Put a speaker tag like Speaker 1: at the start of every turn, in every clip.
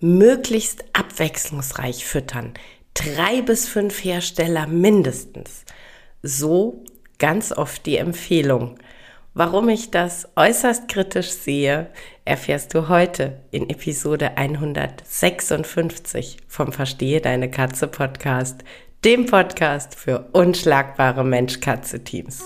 Speaker 1: möglichst abwechslungsreich füttern. 3 bis 5 Hersteller mindestens. So ganz oft die Empfehlung. Warum ich das äußerst kritisch sehe, erfährst du heute in Episode 156 vom Verstehe deine Katze Podcast, dem Podcast für unschlagbare Mensch-Katze-Teams.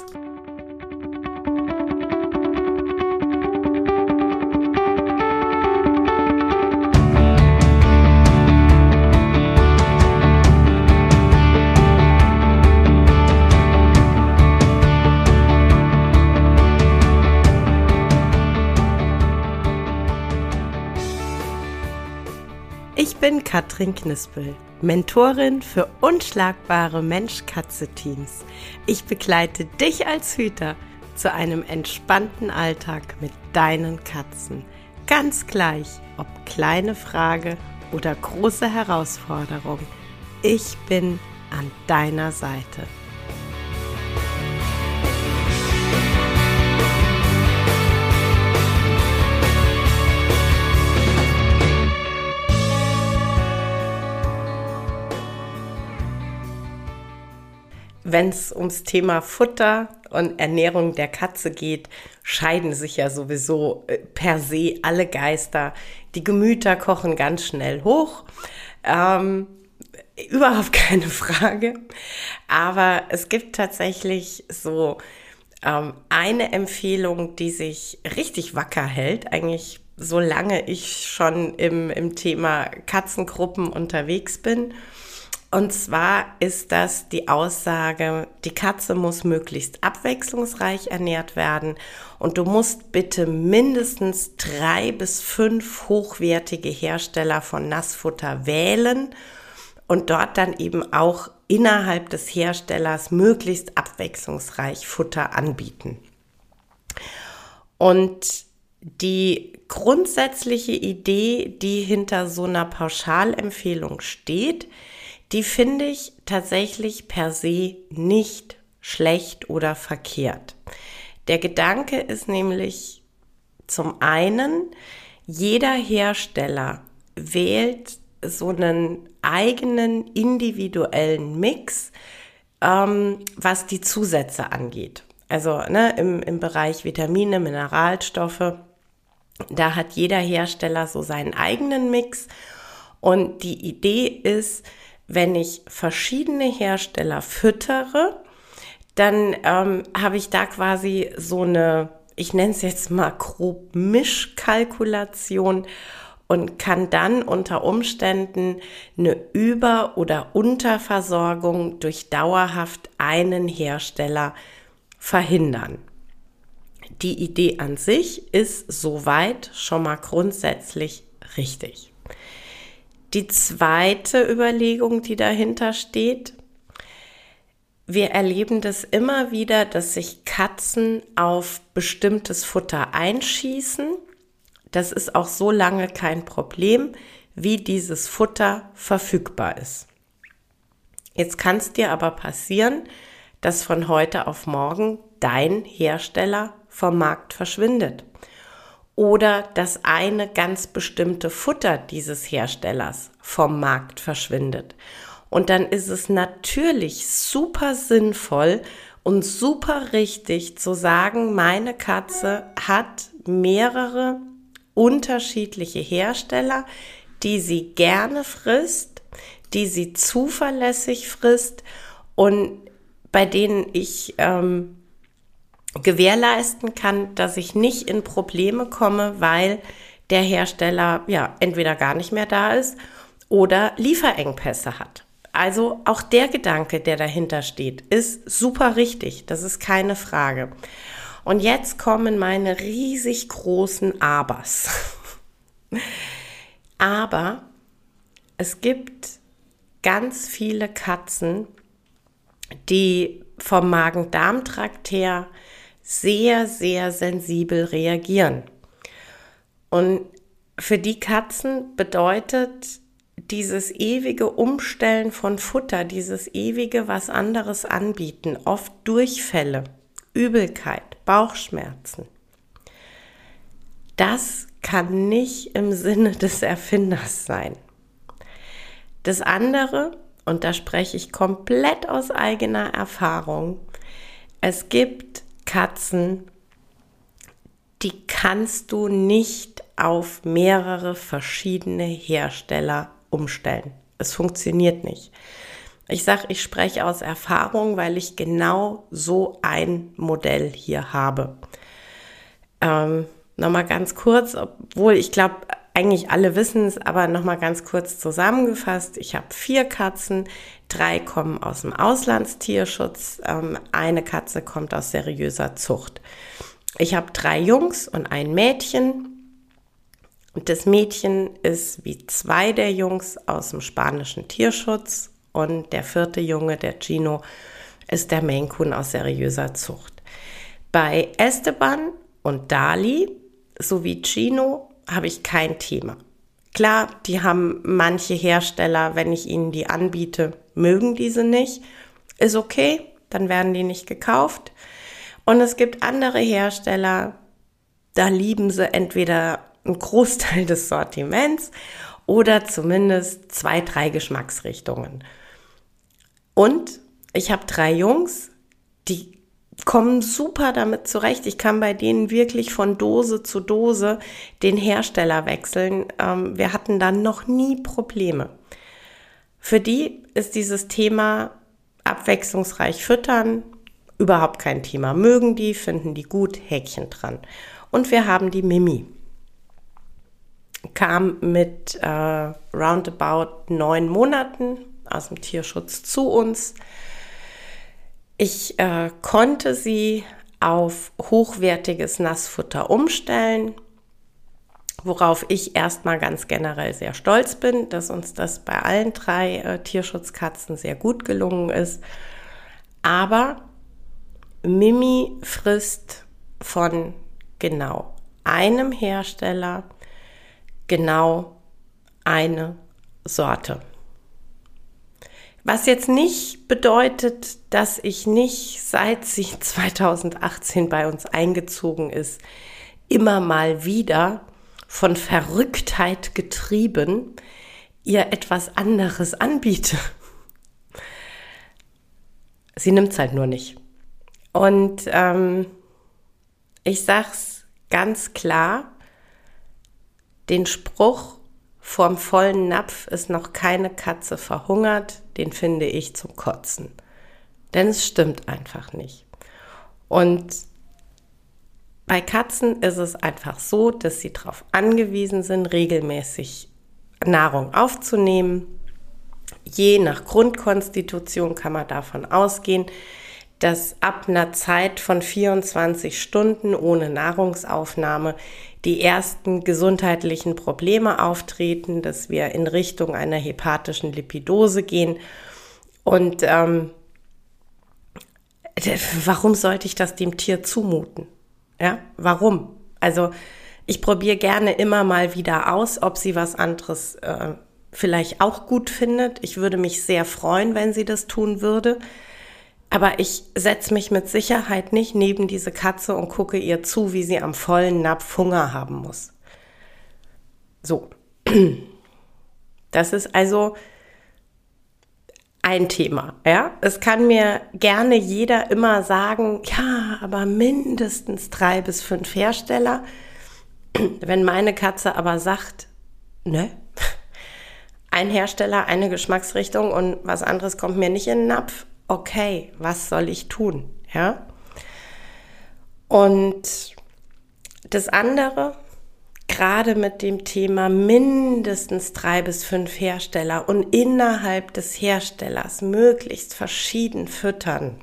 Speaker 1: Ich bin Katrin Knispel, Mentorin für unschlagbare Mensch-Katze-Teams. Ich begleite dich als Hüter zu einem entspannten Alltag mit deinen Katzen. Ganz gleich, ob kleine Frage oder große Herausforderung. Ich bin an deiner Seite. Wenn es ums Thema Futter und Ernährung der Katze geht, scheiden sich ja sowieso per se alle Geister. Die Gemüter kochen ganz schnell hoch. Überhaupt keine Frage. Aber es gibt tatsächlich so eine Empfehlung, die sich richtig wacker hält, eigentlich solange ich schon im Thema Katzengruppen unterwegs bin. Und zwar ist das die Aussage, die Katze muss möglichst abwechslungsreich ernährt werden und du musst bitte mindestens 3 bis 5 hochwertige Hersteller von Nassfutter wählen und dort dann eben auch innerhalb des Herstellers möglichst abwechslungsreich Futter anbieten. Und die grundsätzliche Idee, die hinter so einer Pauschalempfehlung steht, die finde ich tatsächlich per se nicht schlecht oder verkehrt. Der Gedanke ist nämlich zum einen, jeder Hersteller wählt so einen eigenen individuellen Mix, was die Zusätze angeht. Also im Bereich Vitamine, Mineralstoffe, da hat jeder Hersteller so seinen eigenen Mix. Und die Idee ist, wenn ich verschiedene Hersteller füttere, dann habe ich da quasi so eine, ich nenne es jetzt mal grob Mischkalkulation und kann dann unter Umständen eine Über- oder Unterversorgung durch dauerhaft einen Hersteller verhindern. Die Idee an sich ist soweit schon mal grundsätzlich richtig. Die zweite Überlegung, die dahinter steht, wir erleben das immer wieder, dass sich Katzen auf bestimmtes Futter einschießen. Das ist auch so lange kein Problem, wie dieses Futter verfügbar ist. Jetzt kann es dir aber passieren, dass von heute auf morgen dein Hersteller vom Markt verschwindet. Oder dass eine ganz bestimmte Futter dieses Herstellers vom Markt verschwindet. Und dann ist es natürlich super sinnvoll und super richtig zu sagen, meine Katze hat mehrere unterschiedliche Hersteller, die sie gerne frisst, die sie zuverlässig frisst und bei denen ich gewährleisten kann, dass ich nicht in Probleme komme, weil der Hersteller ja entweder gar nicht mehr da ist oder Lieferengpässe hat. Also auch der Gedanke, der dahinter steht, ist super richtig. Das ist keine Frage. Und jetzt kommen meine riesig großen Abers. Aber es gibt ganz viele Katzen, die vom Magen-Darm-Trakt her sehr, sehr sensibel reagieren. Und für die Katzen bedeutet dieses ewige Umstellen von Futter, dieses ewige was anderes anbieten, oft Durchfälle, Übelkeit, Bauchschmerzen. Das kann nicht im Sinne des Erfinders sein. Das andere, und da spreche ich komplett aus eigener Erfahrung, es gibt Katzen, die kannst du nicht auf mehrere verschiedene Hersteller umstellen. Es funktioniert nicht. Ich spreche aus Erfahrung, weil ich genau so ein Modell hier habe. Nochmal ganz kurz, obwohl ich glaube, eigentlich alle wissen es, aber nochmal ganz kurz zusammengefasst. Ich habe 4 Katzen, 3 kommen aus dem Auslandstierschutz, eine Katze kommt aus seriöser Zucht. Ich habe 3 Jungs und ein Mädchen. Und das Mädchen ist wie 2 der Jungs aus dem spanischen Tierschutz und der 4. Junge, der Gino, ist der Maine Coon aus seriöser Zucht. Bei Esteban und Dali sowie Gino habe ich kein Thema. Klar, die haben manche Hersteller, wenn ich ihnen die anbiete, mögen diese nicht. Ist okay, dann werden die nicht gekauft. Und es gibt andere Hersteller, da lieben sie entweder einen Großteil des Sortiments oder zumindest 2, 3 Geschmacksrichtungen. Und ich habe 3 Jungs, die kommen super damit zurecht. Ich kann bei denen wirklich von Dose zu Dose den Hersteller wechseln. Wir hatten dann noch nie Probleme. Für die ist dieses Thema abwechslungsreich füttern überhaupt kein Thema. Mögen die, finden die gut, Häkchen dran. Und wir haben die Mimi. Kam mit roundabout 9 Monaten aus dem Tierschutz zu uns. Ich konnte sie auf hochwertiges Nassfutter umstellen, worauf ich erstmal ganz generell sehr stolz bin, dass uns das bei allen 3 Tierschutzkatzen sehr gut gelungen ist. Aber Mimi frisst von genau einem Hersteller genau eine Sorte. Was jetzt nicht bedeutet, dass ich nicht, seit sie 2018 bei uns eingezogen ist, immer mal wieder von Verrücktheit getrieben ihr etwas anderes anbiete. Sie nimmt es halt nur nicht. Und ich sag's ganz klar, den Spruch, vorm vollen Napf ist noch keine Katze verhungert, den finde ich zum Kotzen. Denn es stimmt einfach nicht. Und bei Katzen ist es einfach so, dass sie darauf angewiesen sind, regelmäßig Nahrung aufzunehmen. Je nach Grundkonstitution kann man davon ausgehen, dass ab einer Zeit von 24 Stunden ohne Nahrungsaufnahme die ersten gesundheitlichen Probleme auftreten, dass wir in Richtung einer hepatischen Lipidose gehen. Und warum sollte ich das dem Tier zumuten? Ja, warum? Also ich probiere gerne immer mal wieder aus, ob sie was anderes vielleicht auch gut findet. Ich würde mich sehr freuen, wenn sie das tun würde. Aber ich setze mich mit Sicherheit nicht neben diese Katze und gucke ihr zu, wie sie am vollen Napf Hunger haben muss. So. Das ist also ein Thema, ja. Es kann mir gerne jeder immer sagen, ja, aber mindestens 3 bis 5 Hersteller. Wenn meine Katze aber sagt, ne, ein Hersteller, eine Geschmacksrichtung und was anderes kommt mir nicht in den Napf, okay, was soll ich tun, ja? Und das andere, gerade mit dem Thema mindestens 3 bis 5 Hersteller und innerhalb des Herstellers möglichst verschieden füttern,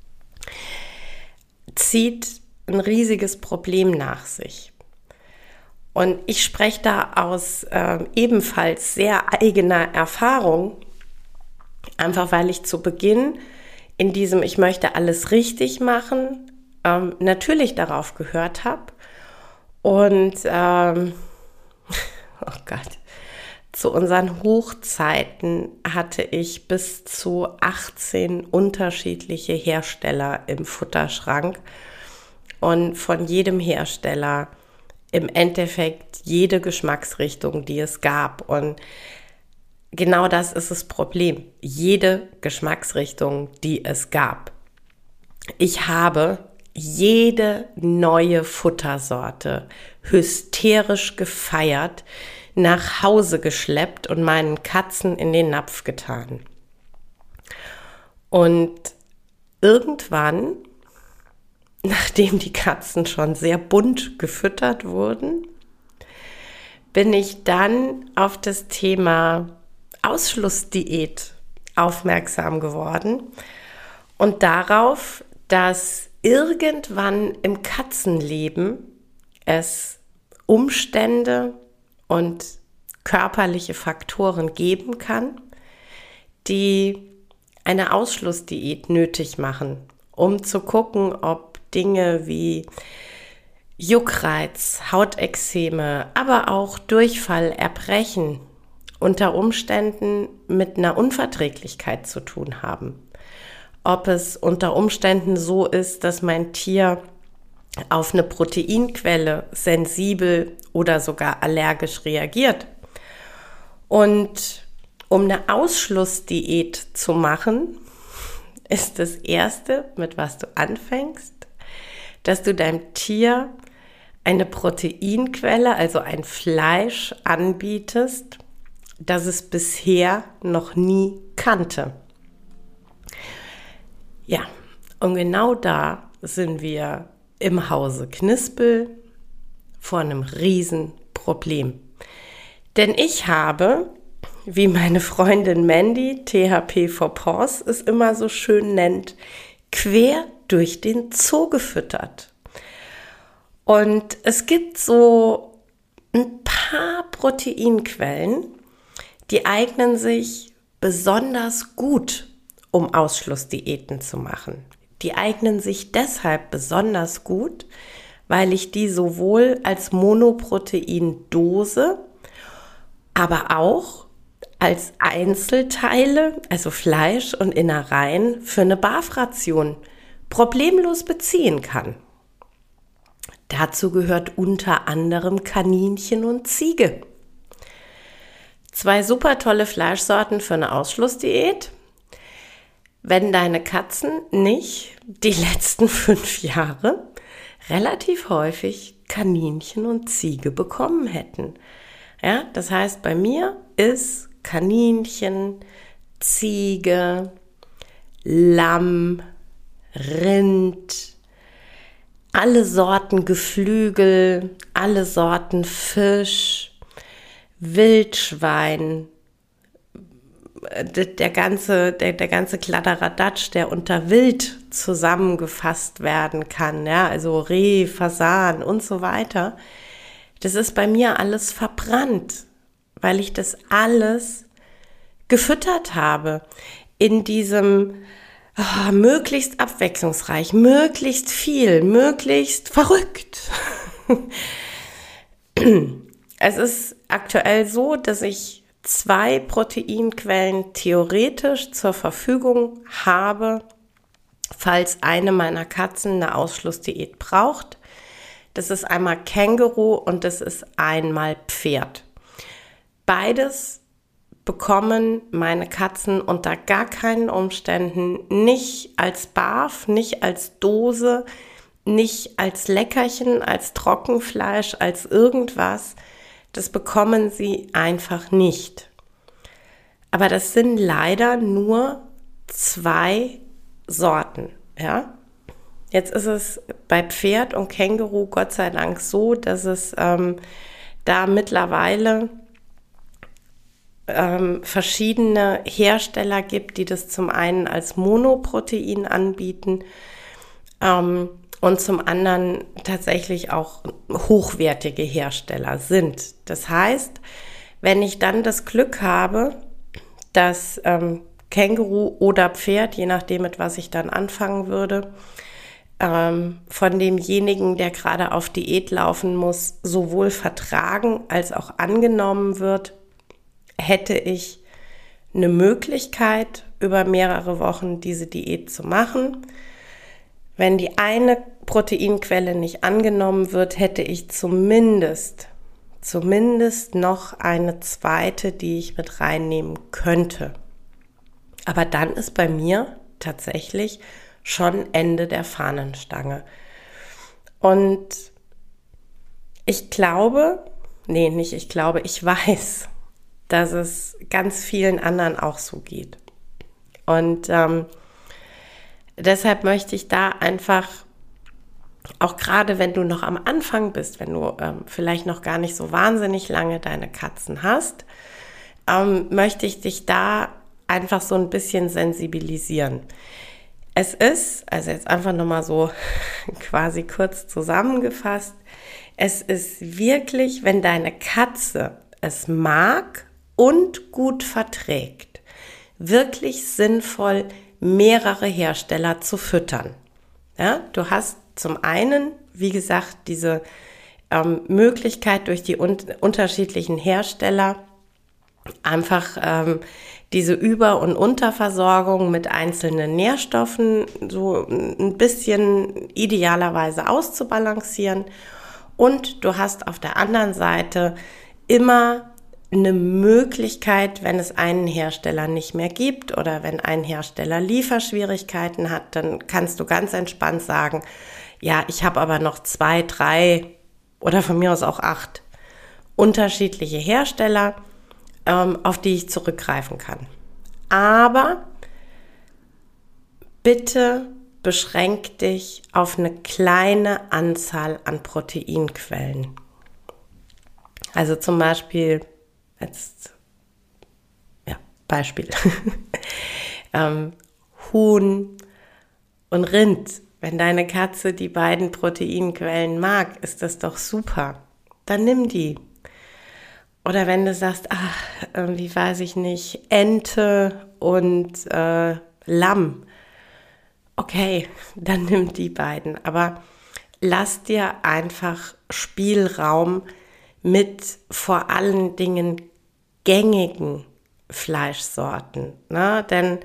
Speaker 1: zieht ein riesiges Problem nach sich. Und ich spreche da aus ebenfalls sehr eigener Erfahrung, einfach weil ich zu Beginn in diesem Ich möchte alles richtig machen, natürlich darauf gehört habe. Und, oh Gott, zu unseren Hochzeiten hatte ich bis zu 18 unterschiedliche Hersteller im Futterschrank. Und von jedem Hersteller im Endeffekt jede Geschmacksrichtung, die es gab. Und genau das ist das Problem. Jede Geschmacksrichtung, die es gab. Ich habe jede neue Futtersorte hysterisch gefeiert, nach Hause geschleppt und meinen Katzen in den Napf getan. Und irgendwann, nachdem die Katzen schon sehr bunt gefüttert wurden, bin ich dann auf das Thema Ausschlussdiät aufmerksam geworden und darauf, dass irgendwann im Katzenleben es Umstände und körperliche Faktoren geben kann, die eine Ausschlussdiät nötig machen, um zu gucken, ob Dinge wie Juckreiz, Hautekzeme, aber auch Durchfall, Erbrechen unter Umständen mit einer Unverträglichkeit zu tun haben. Ob es unter Umständen so ist, dass mein Tier auf eine Proteinquelle sensibel oder sogar allergisch reagiert. Und um eine Ausschlussdiät zu machen, ist das Erste, mit was du anfängst, dass du deinem Tier eine Proteinquelle, also ein Fleisch anbietest, das es bisher noch nie kannte. Ja, und genau da sind wir im Hause Knispel vor einem Riesenproblem. Denn ich habe, wie meine Freundin Mandy, THP for Paws, es immer so schön nennt, quer durch den Zoo gefüttert. Und es gibt so ein paar Proteinquellen, die eignen sich besonders gut, um Ausschlussdiäten zu machen. Die eignen sich deshalb besonders gut, weil ich die sowohl als Monoproteindose, aber auch als Einzelteile, also Fleisch und Innereien, für eine Barfration problemlos beziehen kann. Dazu gehört unter anderem Kaninchen und Ziege. 2 super tolle Fleischsorten für eine Ausschlussdiät. Wenn deine Katzen nicht die letzten 5 Jahre relativ häufig Kaninchen und Ziege bekommen hätten. Ja, das heißt, bei mir ist Kaninchen, Ziege, Lamm, Rind, alle Sorten Geflügel, alle Sorten Fisch, Wildschwein, der ganze Kladderadatsch, der unter Wild zusammengefasst werden kann, ja, also Reh, Fasan und so weiter, das ist bei mir alles verbrannt, weil ich das alles gefüttert habe in diesem möglichst abwechslungsreich, möglichst viel, möglichst verrückt. Es ist aktuell so, dass ich 2 Proteinquellen theoretisch zur Verfügung habe, falls eine meiner Katzen eine Ausschlussdiät braucht. Das ist einmal Känguru und das ist einmal Pferd. Beides bekommen meine Katzen unter gar keinen Umständen nicht als Barf, nicht als Dose, nicht als Leckerchen, als Trockenfleisch, als irgendwas. Das bekommen sie einfach nicht. Aber das sind leider nur 2 Sorten, ja. Jetzt ist es bei Pferd und Känguru Gott sei Dank so, dass es da mittlerweile verschiedene Hersteller gibt, die das zum einen als Monoprotein anbieten und zum anderen tatsächlich auch hochwertige Hersteller sind. Das heißt, wenn ich dann das Glück habe, dass Känguru oder Pferd, je nachdem mit was ich dann anfangen würde, von demjenigen, der gerade auf Diät laufen muss, sowohl vertragen als auch angenommen wird, hätte ich eine Möglichkeit, über mehrere Wochen diese Diät zu machen. wenn die eine Proteinquelle nicht angenommen wird, hätte ich zumindest noch eine zweite, die ich mit reinnehmen könnte. Aber dann ist bei mir tatsächlich schon Ende der Fahnenstange. Und ich weiß, dass es ganz vielen anderen auch so geht. Und deshalb möchte ich da einfach, auch gerade wenn du noch am Anfang bist, wenn du vielleicht noch gar nicht so wahnsinnig lange deine Katzen hast, möchte ich dich da einfach so ein bisschen sensibilisieren. Es ist, also jetzt einfach nochmal so quasi kurz zusammengefasst, es ist wirklich, wenn deine Katze es mag und gut verträgt, wirklich sinnvoll, mehrere Hersteller zu füttern. Ja, du hast zum einen, wie gesagt, diese Möglichkeit durch die unterschiedlichen Hersteller einfach diese Über- und Unterversorgung mit einzelnen Nährstoffen so ein bisschen idealerweise auszubalancieren. Und du hast auf der anderen Seite immer eine Möglichkeit, wenn es einen Hersteller nicht mehr gibt oder wenn ein Hersteller Lieferschwierigkeiten hat, dann kannst du ganz entspannt sagen, ja, ich habe aber noch 2, 3 oder von mir aus auch 8 unterschiedliche Hersteller, auf die ich zurückgreifen kann. Aber bitte beschränk dich auf eine kleine Anzahl an Proteinquellen. Also zum Beispiel, Beispiel, Huhn und Rind. Wenn deine Katze die beiden Proteinquellen mag, ist das doch super. Dann nimm die. Oder wenn du sagst, irgendwie weiß ich nicht, Ente und Lamm. Okay, dann nimm die beiden. Aber lass dir einfach Spielraum mit vor allen Dingen gängigen Fleischsorten. Ne? Denn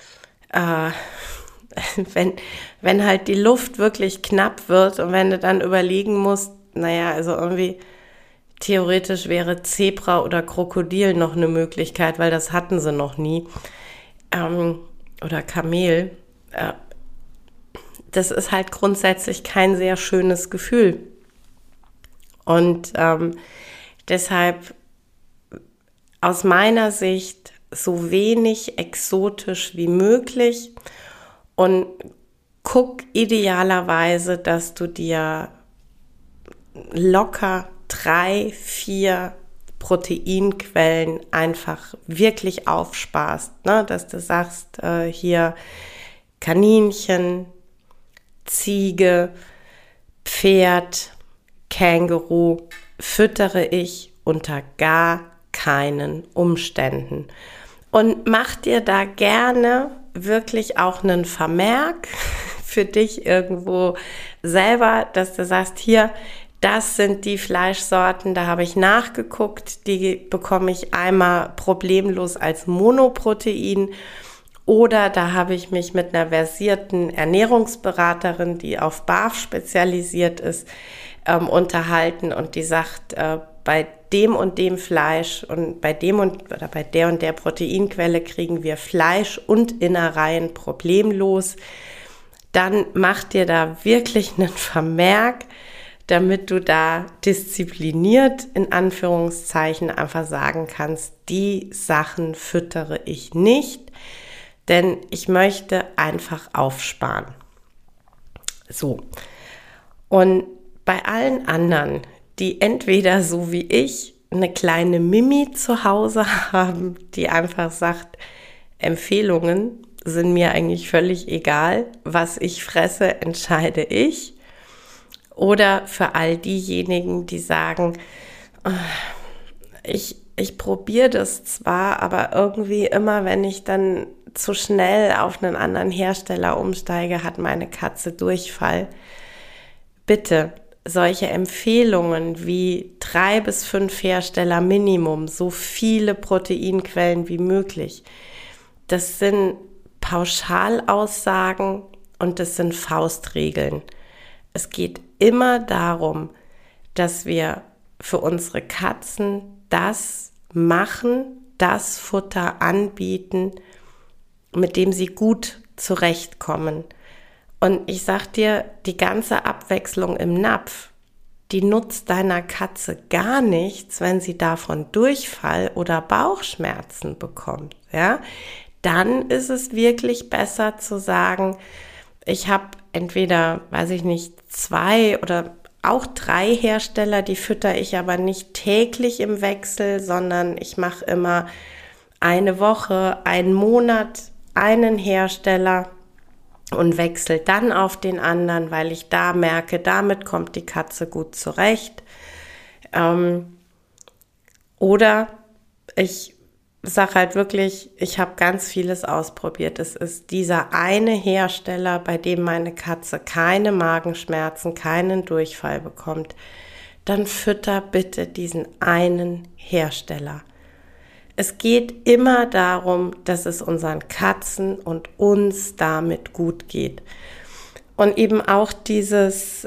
Speaker 1: wenn halt die Luft wirklich knapp wird und wenn du dann überlegen musst, also irgendwie theoretisch wäre Zebra oder Krokodil noch eine Möglichkeit, weil das hatten sie noch nie. Oder Kamel. Das ist halt grundsätzlich kein sehr schönes Gefühl. Und deshalb aus meiner Sicht so wenig exotisch wie möglich und guck idealerweise, dass du dir locker 3, 4 Proteinquellen einfach wirklich aufsparst, ne? Dass du sagst, hier Kaninchen, Ziege, Pferd, Känguru füttere ich unter gar keinen Umständen. Und mach dir da gerne wirklich auch einen Vermerk für dich irgendwo selber, dass du sagst, hier, das sind die Fleischsorten, da habe ich nachgeguckt, die bekomme ich einmal problemlos als Monoprotein oder da habe ich mich mit einer versierten Ernährungsberaterin, die auf BAF spezialisiert ist, unterhalten und die sagt, bei dem und dem Fleisch und bei der und der Proteinquelle kriegen wir Fleisch und Innereien problemlos. Dann mach dir da wirklich einen Vermerk, damit du da diszipliniert in Anführungszeichen einfach sagen kannst, die Sachen füttere ich nicht, denn ich möchte einfach aufsparen. So. Und bei allen anderen, die entweder so wie ich eine kleine Mimi zu Hause haben, die einfach sagt, Empfehlungen sind mir eigentlich völlig egal, was ich fresse, entscheide ich. Oder für all diejenigen, die sagen, ich probiere das zwar, aber irgendwie immer, wenn ich dann zu schnell auf einen anderen Hersteller umsteige, hat meine Katze Durchfall. Bitte, solche Empfehlungen wie 3 bis 5 Hersteller Minimum, so viele Proteinquellen wie möglich, das sind Pauschalaussagen und das sind Faustregeln. Es geht immer darum, dass wir für unsere Katzen das machen, das Futter anbieten, mit dem sie gut zurechtkommen. Und ich sag dir, die ganze Abwechslung im Napf, die nutzt deiner Katze gar nichts, wenn sie davon Durchfall oder Bauchschmerzen bekommt. Ja? Dann ist es wirklich besser zu sagen, ich habe entweder, 2 oder auch 3 Hersteller, die fütter ich aber nicht täglich im Wechsel, sondern ich mache immer eine Woche, einen Monat einen Hersteller und wechsle dann auf den anderen, weil ich da merke, damit kommt die Katze gut zurecht. Oder ich sage halt wirklich, ich habe ganz vieles ausprobiert. Es ist dieser eine Hersteller, bei dem meine Katze keine Magenschmerzen, keinen Durchfall bekommt. Dann fütter bitte diesen einen Hersteller. Es geht immer darum, dass es unseren Katzen und uns damit gut geht. Und eben auch dieses,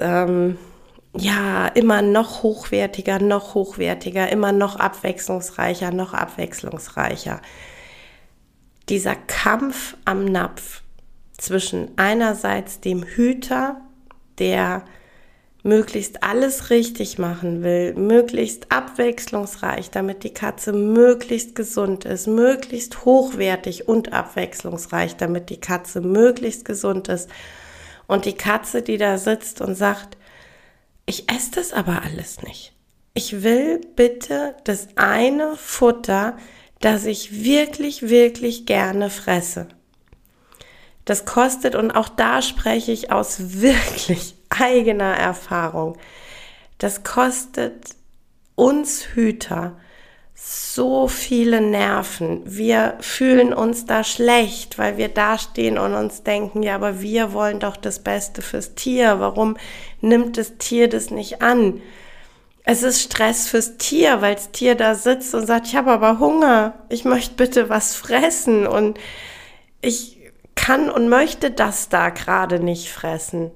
Speaker 1: immer noch hochwertiger, immer noch abwechslungsreicher. Dieser Kampf am Napf zwischen einerseits dem Hüter, der möglichst alles richtig machen will, möglichst abwechslungsreich, damit die Katze möglichst gesund ist, möglichst hochwertig und abwechslungsreich, damit die Katze möglichst gesund ist. Und die Katze, die da sitzt und sagt, ich esse das aber alles nicht. Ich will bitte das eine Futter, das ich wirklich, wirklich gerne fresse. Das kostet, und auch da spreche ich aus wirklich eigener Erfahrung, das kostet uns Hüter so viele Nerven. Wir fühlen uns da schlecht, weil wir da stehen und uns denken, ja, aber wir wollen doch das Beste fürs Tier. Warum nimmt das Tier das nicht an? Es ist Stress fürs Tier, weil das Tier da sitzt und sagt, ich habe aber Hunger, ich möchte bitte was fressen und ich kann und möchte das da gerade nicht fressen.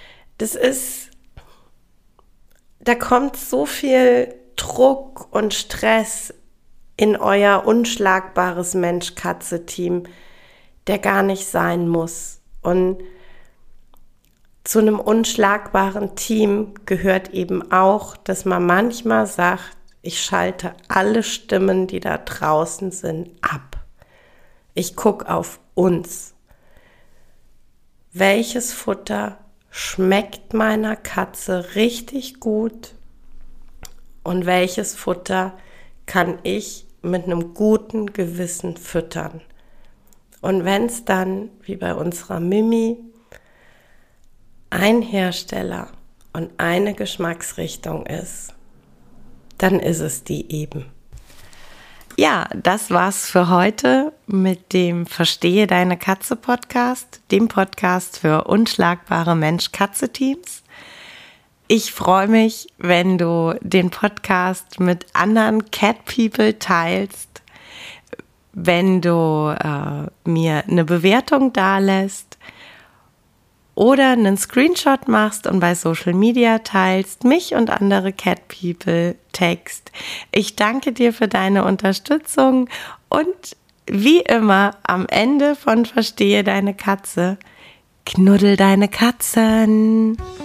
Speaker 1: Da kommt so viel Druck und Stress in euer unschlagbares Mensch-Katze-Team, der gar nicht sein muss. Und zu einem unschlagbaren Team gehört eben auch, dass man manchmal sagt, ich schalte alle Stimmen, die da draußen sind, ab. Ich gucke auf uns. Welches Futter schmeckt meiner Katze richtig gut und welches Futter kann ich mit einem guten Gewissen füttern? Und wenn es dann, wie bei unserer Mimi, ein Hersteller und eine Geschmacksrichtung ist, dann ist es die eben. Ja, das war's für heute mit dem Verstehe deine Katze Podcast, dem Podcast für unschlagbare Mensch-Katze-Teams. Ich freue mich, wenn du den Podcast mit anderen Cat People teilst, wenn du mir eine Bewertung dalässt oder einen Screenshot machst und bei Social Media teilst, mich und andere Cat People text. Ich danke dir für deine Unterstützung und wie immer am Ende von Verstehe deine Katze, knuddel deine Katzen.